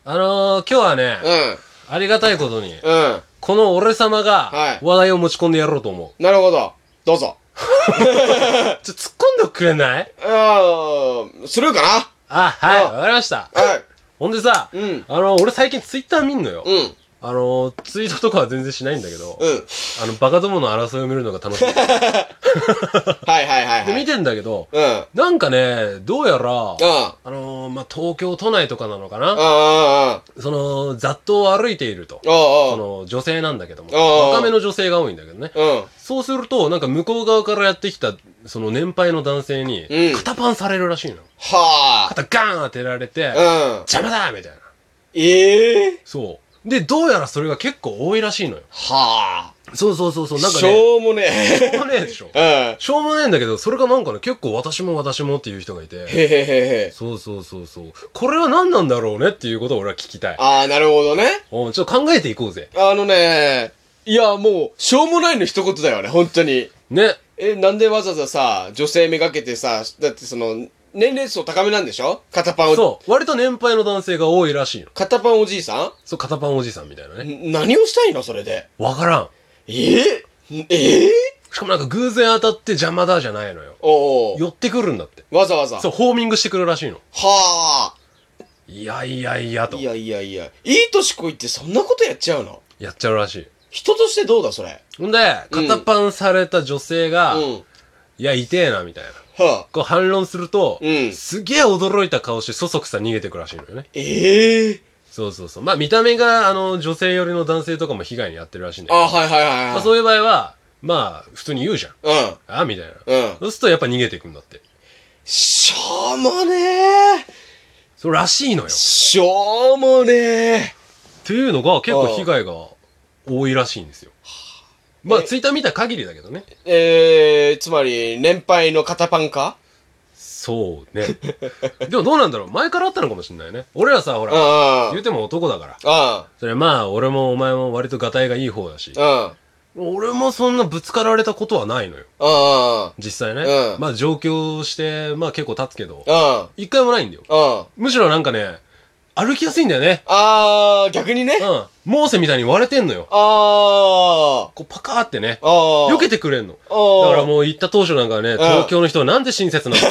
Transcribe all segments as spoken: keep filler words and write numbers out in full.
あのー、今日はね、 うん。 ありがたいことに、 うん。 この俺様がはい話題を持ち込んでやろうと思う。 なるほど。どうぞ。 ちょ、突っ込んでくれない？ ああ、するかな。 あ、はい、 あわかりました。 はい。 ほんでさ、 うん。 あのー、俺最近ツイッター見んのよ。 うん。 あのー、ツイートとかは全然しないんだけど、 うん。 あの、バカどもの争いを見るのが楽しい。 はいはいはいはい。 で、見てんだけど、 うん。うん。 なんかね、どうやら、ああのー、まあ、東京都内とかなのかな、 あ、ああ、 その、雑踏を歩いていると。 ああ、 その、女性なんだけども。 ああ若めの女性が多いんだけどね。 うん。 そうすると、なんか向こう側からやってきた、その年配の男性にう、ん肩パンされるらしいの。 はあ。 肩ガーン当てられて、 うん。 邪魔だみたいな。 ええそう。で、どうやらそれが結構多いらしいのよ。 はあ。 そうそうそうそう、なんかしね。 ょうもねしょうもねえでしょ。 え。うん。 しょうもねえんだけど、それがなんかね、結構私も私もっていう人がいて。 へへへへ。 そうそうそうそう。これは何なんだろうねっていうことを俺は聞きたい。 ああ、なるほどね。 おちょっと考えていこうぜ。 あのね、いや、もう、しょうもないの一言だよね、本当に。 ね。 え、なんでわざわざさ、女性めがけてさ、だってその、年齢層高めなんでしょ肩パンお、 そう。割と年配の男性が多いらしいの。 肩パンおじいさそう、肩パンおじさんみたいなね。 んん何をしたいのそれで。 わからん。 えー、ええしかもなんか偶然当たって邪魔だじゃないのよ。 おお。 寄ってくるんだって。 わざわざ。 そう、ホーミングしてくるらしいの。 はあ。 いやいやいやと。 いやいやいや。いい年こいってそんなことやっちゃうの？ やっちゃうらしい。 人としてどうだそれ。 ほんで、肩パンされた女性が、 うん。 いや、痛えな、みたいな。 はあ。 こう反論すると、 うんすげえ驚いた顔してそそくさ逃げてくらしいのよね。 ええそうそうそう。まあ見た目が、あの、女性寄りの男性とかも被害に遭ってるらしいんだけど。 あ、はいはいはいはい。 まあそういう場合は、まあ、普通に言うじゃん。 うん。 あみたいな。 うん。 そうするとやっぱ逃げていくんだって。 しょうもねえ。 そうらしいのよ。っしょうもねえ。 ていうのが結構被害が多いらしいんですよ。まあ、 えツイッター見た限りだけどね。 えー、つまり、年配の肩パンかそうね。でもどうなんだろう前からあったのかもしんないね。俺らさ、ほら、 あ言うても男だから。 あ。 それまあ、俺もお前も割とガタイがいい方だし。 うん。うん。 俺もそんなぶつかられたことはないのよ。 うん。 実際ね。 うんまあ上京して、まあ結構経つけど、 うん。 一回もないんだよ。 うん。 むしろなんかね、歩きやすいんだよね。 あー、逆にね。 うん。モーセみたいに割れてんのよ。 あー。 こうパカーってね。 あー。 避けてくれんの。 あー。 だからもう行った当初なんかはね、東京の人はなんで親切なのい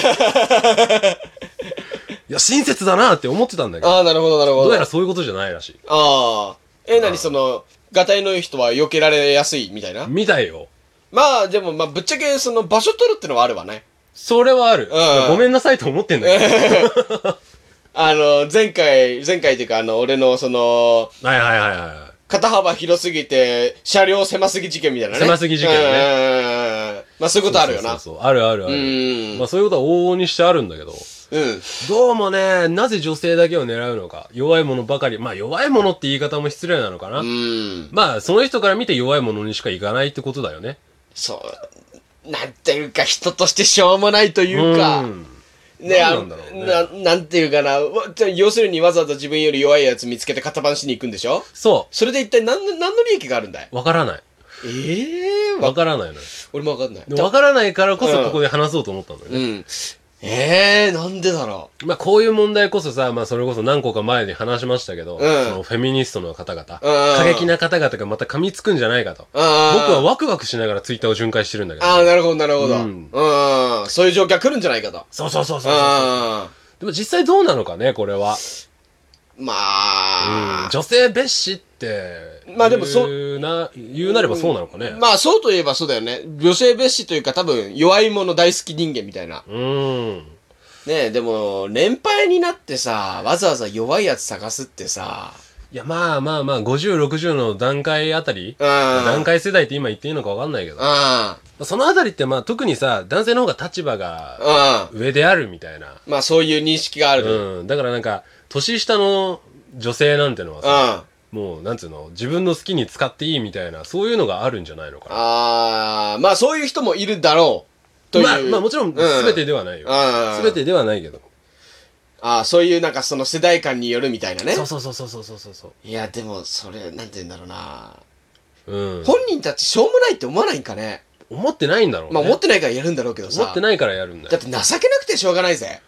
や、親切だなって思ってたんだけど、 あー、なるほどなるほど。 どうやらそういうことじゃないらしい。 あー。え、なにその、ガタイのいい人は避けられやすいみたいな。 みたいよ。 まあ、でも、まあ、ぶっちゃけ、その、場所取るってのはあるわね。 それはある。 うんごめんなさいと思ってんだけど。 あの、前回、前回っていうか、あの、俺の、その、 はいはいはいは肩幅広すぎて、車両狭すぎ事件みたいなね。 狭すぎ事件ねね。まあ、そういうい。 ことあるよな。 そうそうそう。あるあるあうる。 ん。 まあそういうことは往々にしてあるんだけど、 うん。 どうもね、なぜ女性だけを狙うのか。弱いものばかり。まあ弱いものって言い方も失礼なのかな。 うん。 まあその人から見て弱いものにしかいかないってことだよね。 そう。なんていうか、人としてしょうもないというか。 うんね、あなんだろうねな、なんていうかな。わ要するにわざわざ自分より弱いやつ見つけて肩パンしに行くんでしょ？ そそれで一体何の、何の利益があるんだいうわからない。 ええー、 わわ、 からないのよ。 俺もわかんない。 でわからないからこそここで話そうと思ったんだよね。 うん。ええー、なんでだろまあこういう問題こそさ、まあそれこそ何個か前に話しましたけど、 んそのフェミニストの方々、 うん過激な方々がまた噛みつくんじゃないかと。 う。あ僕はワクワクしながらツイッターを巡回してるんだけど。 ああ、なるほど、なるほど。 ううんん。そういう状況が来るんじゃないかと。 そうそうそうそうそう。 あでも実際どうなのかね、これは。 まうんあ、 女性蔑視って、 まあでもそう言うな、言うなればそうなのかね。 まあそうといえばそうだよね。女性蔑視というか多分弱い者大好き人間みたいな。 うーん。 ねえ、でも、年配になってさ、わざわざ弱いやつ探すってさ、 いや、まあまあまあ、ごじゅう、ろくじゅうの段階あたり、 うん。 段階世代って今言っていいのかわかんないけど、 うん。 そのあたりってまあ特にさ、男性の方が立場がうん。 上であるみたいな。 まあそういう認識がある。 うん。だからなんか、年下の女性なんてのはうん。 さ、 あもう、なんつうの、自分の好きに使っていいみたいな、そういうのがあるんじゃないのかな。 あー、まあそういう人もいるだろう。という。 まあ、まあもちろん、全てではないよ。 うん。 全てではないけど。 ああ、そういうなんかその世代間によるみたいなね。 そうそうそうそうそうそうそう。 いや、でも、それ、なんて言うんだろうな。 うん。 本人たちしょうもないって思わないんかね。 思ってないんだろうね。 まあ思ってないからやるんだろうけどさ。 思ってないからやるんだよ。 だって情けなくてしょうがないぜ。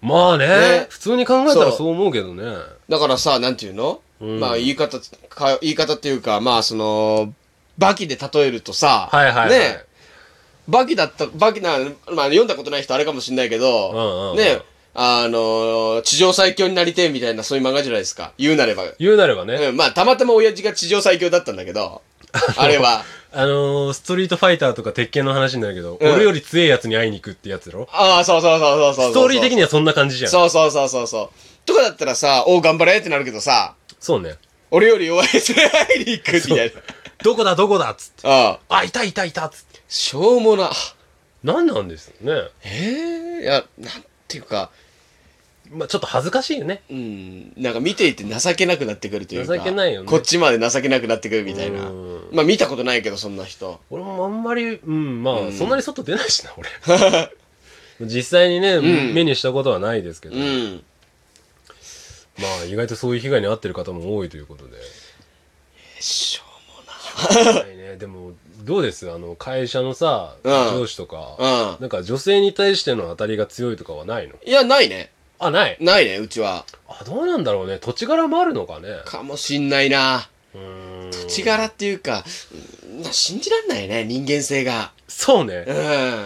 まあねね普通に考えたらそう思うけどね。 だからさ、なんていうの、 うん、 まあ言い方か、言い方っていうか、まあその、バキで例えるとさ、 はいはいはい。 ね、バキだった、バキな、まあ読んだことない人あれかもしんないけど、 うんうんうん、 ね、あの、地上最強になりてえみたいなそういう漫画じゃないですか。言うなれば。 言うなればね。 うん、まあたまたま親父が地上最強だったんだけど、あれは。 あのー、ストリートファイターとか鉄拳の話になるけど、 うん、 俺より強いやつに会いに行くってやつだろ。 ああ、そうそうそうそうそう。 ストーリー的にはそんな感じじゃん。 そうそうそうそうそう。とかだったらさ、おう頑張れってなるけどさ、 そうね。 俺より弱いやつに会いに行くみたいな。 どこだどこだっつって。 ああ。あ、いたいたいたっつって。 しょうもな。 なんなんですよね。 ええー、いや、なんていうか、 まあちょっと恥ずかしいよね。 うん。なんか見ていて情けなくなってくるというか。 情けないよね。 こっちまで情けなくなってくるみたいな。まあ見たことないけど、そんな人。 俺もあんまり、うん、まあ、うん、そんなに外出ないしな、俺。実際にね、うん、目にしたことはないですけど。うん。まあ意外とそういう被害に遭ってる方も多いということで。 しょうもな。 ないね。でも、どうですあの、会社のさ、うん、上司とか、うん、なんか女性に対しての当たりが強いとかはないの？ いや、ないね。あ、 ないないね、うちは。 あ、どうなんだろうね。土地柄もあるのかね。 かもしんないな。うーん。土地柄っていうか、信じらんないね、人間性が。 そうね。 うん。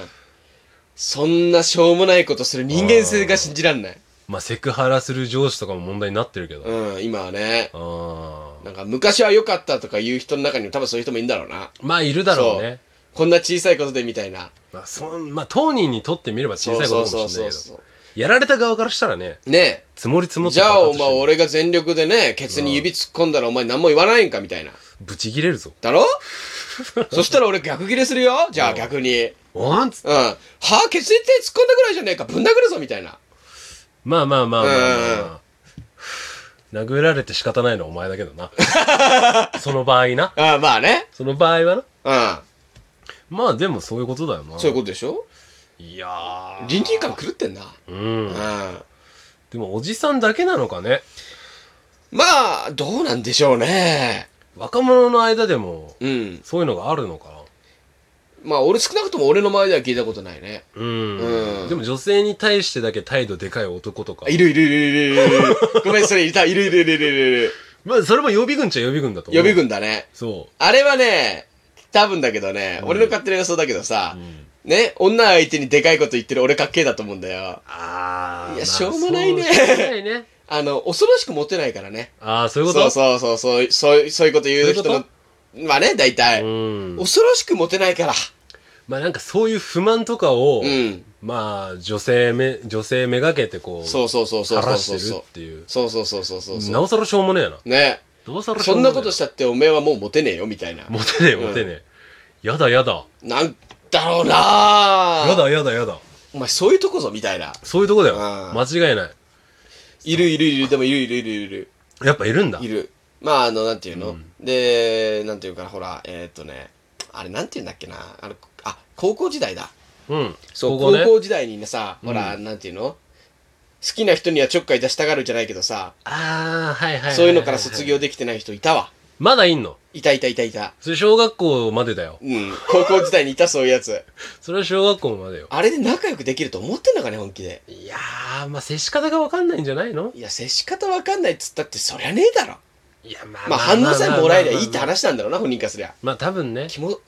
そんなしょうもないことする人間性が信じらんない。 まあ、セクハラする上司とかも問題になってるけど。 うん、今はね。 あなんか、昔は良かったとか言う人の中にも多分そういう人もいるんだろうな。 まあ、いるだろうね。 こんな小さいことでみたいな。 まあ、そん、まあ、当人にとってみれば小さいことかもしれないけど。そうそうそうそう。やられた側からしたらね。 ね積もり積もってじゃあ、お前俺が全力でね、ケツに指突っ込んだらお前何も言わないんかみたいな。 ブチ切れるぞ。 だろそしたら俺逆切れするよじゃあ逆に。 おんつって。 うん。はぁケツに手突っ込んだぐらいじゃねえかぶん殴るぞみたいな。 まあまあまあまあまあ、まあ、殴られて仕方ないのはお前だけどな。その場合な。 ああ、まあね。 その場合はな。 うん。 まあでもそういうことだよな。 そういうことでしょ。 いやー。 倫理観狂ってんな。 うん。うん。でもおじさんだけなのかね。 まあ、どうなんでしょうね。 若者の間でも、 うん。 そういうのがあるのかな。 まあ、俺少なくとも俺の周りでは聞いたことないね。 うん。うん、でも女性に対してだけ態度でかい男とか。 いるいるいるいるいるいる。ごめん、それいた。いるいるいるいるいる。 まあ、それも予備軍っちゃ予備軍だと思う。 予備軍だね。 そう。 あれはね、多分だけどね、うん、俺の勝手な予想だけどさ、うん、ね、女相手にでかいこと言ってる俺かっけえだと思うんだよ。 ああ。 いや、しょうもないね。 しょうもないね。 あの、恐ろしくモテないからね。 ああ、そういうことそうそうそう、そう、そういうこと言う人の、まあね、大体。 うん。 恐ろしくモテないから。 まあなんかそういう不満とかを、 うん、 まあ女性め、女性めがけてこう、 そうそうそうそう。 晴らしてるっていう。 そうそうそうそうそう。 なおさらしょうもねえな。 ね。 なおさらしょうもねえ。そんなことしたっておめえはもうモテねえよ、みたいな。 モテねえ、モテねえ。やだやだ。 なんだろうなやだやだやだ。 お前そういうとこぞ、みたいな。 そういうとこだよ。間違いない。 いるいるいる、でもいるいるいるいる。 やっぱいるんだ。 いる。まあ、あの、なんていうの、うん、で、なんていうかな、ほら、えー、っとね、あれなんていうんだっけな、あの、あ、高校時代だ。 うん。 そう、高校、ね、高校時代にさ、ほら、うん、なんていうの好きな人にはちょっかい出したがるじゃないけどさ、 ああ、はいはいはいはいはい。 そういうのから卒業できてない人いたわ。 まだいんの？ いたいたいたいた。 それ小学校までだよ。 うん。高校時代にいたそういうやつ。 それは小学校までよ。 あれで仲良くできると思ってんのかね、本気で。 いやー、まあ接し方がわかんないんじゃないの？ いや、接し方わかんないっつったってそりゃねえだろ。 いや、まあまあ反応さえもらえりゃいいって話なんだろうな、本人からすりゃ。 まあ多分ね。 キモ。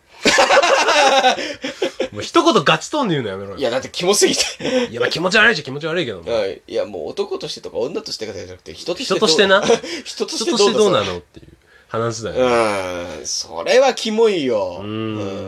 もう一言ガチトーンで言うのやめろよ。 いや、だってキモすぎて。 いや、まあ気持ち悪いっちゃ気持ち悪いけども。 いや、もう男としてとか女としてかじゃなくて、人として人としてな。 人としてどうなのっていう話だよね。うん。それはキモいよ。 うん。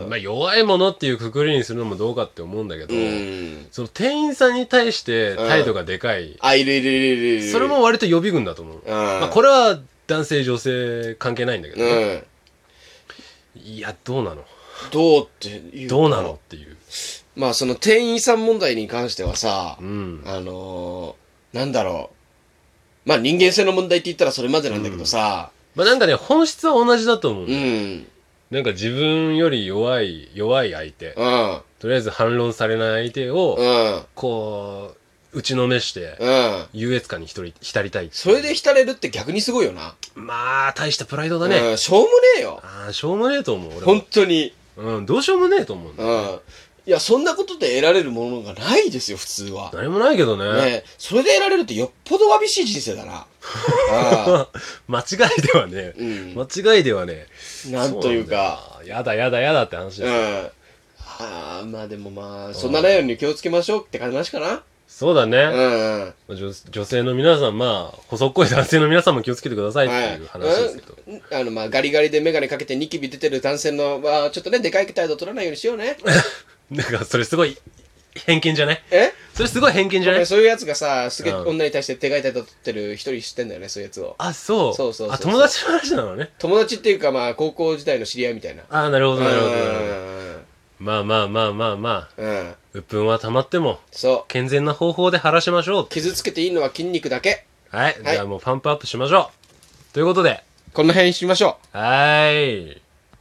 まあ弱いものっていうくくりにするのもどうかって思うんだけど、その店員さんに対して態度がでかい。 あ、いるいるいるいる。 それも割と予備軍だと思う。まあこれは男性女性関係ないんだけどね。いや、どうなの？ どうっていうどうなのっていう。 まあその店員さん問題に関してはさ、 うん、 あのー、なんだろう。まあ人間性の問題って言ったらそれまでなんだけどさ。 うん、まあなんかね、本質は同じだと思う。 うん。 なんか自分より弱い、弱い相手。 うん。 とりあえず反論されない相手を、 うん。 こう、打ちのめして、 うん。 優越感に浸り、浸りたい。 それで浸れるって逆にすごいよな。 まあ、大したプライドだね。 うん、しょうもねえよ。 ああ、しょうもねえと思う、俺は。 本当に。 うん、どうしようもねえと思うんだ、 ね。うん。 いや、そんなことで得られるものがないですよ、普通は。 何もないけどね。 ねそれで得られるってよっぽどわびしい人生だな。ああ間違いではね、 うん、 間違いではね。 なんというか。 うやだやだやだって話ですよ。 うん。ああ、まあでもまあ、そんなないように気をつけましょうって話かな。 そうだね。 うんうん。女女性の皆さん、まあ、細っこい男性の皆さんも気をつけてくださいっていう話ですけど。 はいうん、あの、まあ、ガリガリでメガネかけてニキビ出てる男性の、まあ、ちょっとね、でかい態度取らないようにしようね。 なんか、それすごい、偏見じゃないえそれすごい偏見じゃないそういうやつがさ、すげえうん女に対してでかい態度取ってる一人知ってんだよね、そういうやつを。 あ、そう。 そうそうそうそうあ、友達の話なのね。 友達っていうか、まあ、高校時代の知り合いみたいな。 あ、なるほど、なるほど。なるほどうんまあまあまあまあまあ、 うん。 鬱憤は溜まっても、 そう。 健全な方法で晴らしましょう。 傷つけていいのは筋肉だけ。 はい。じゃあもうパンプアップしましょう。ということで。 この辺にしましょう。 はーい。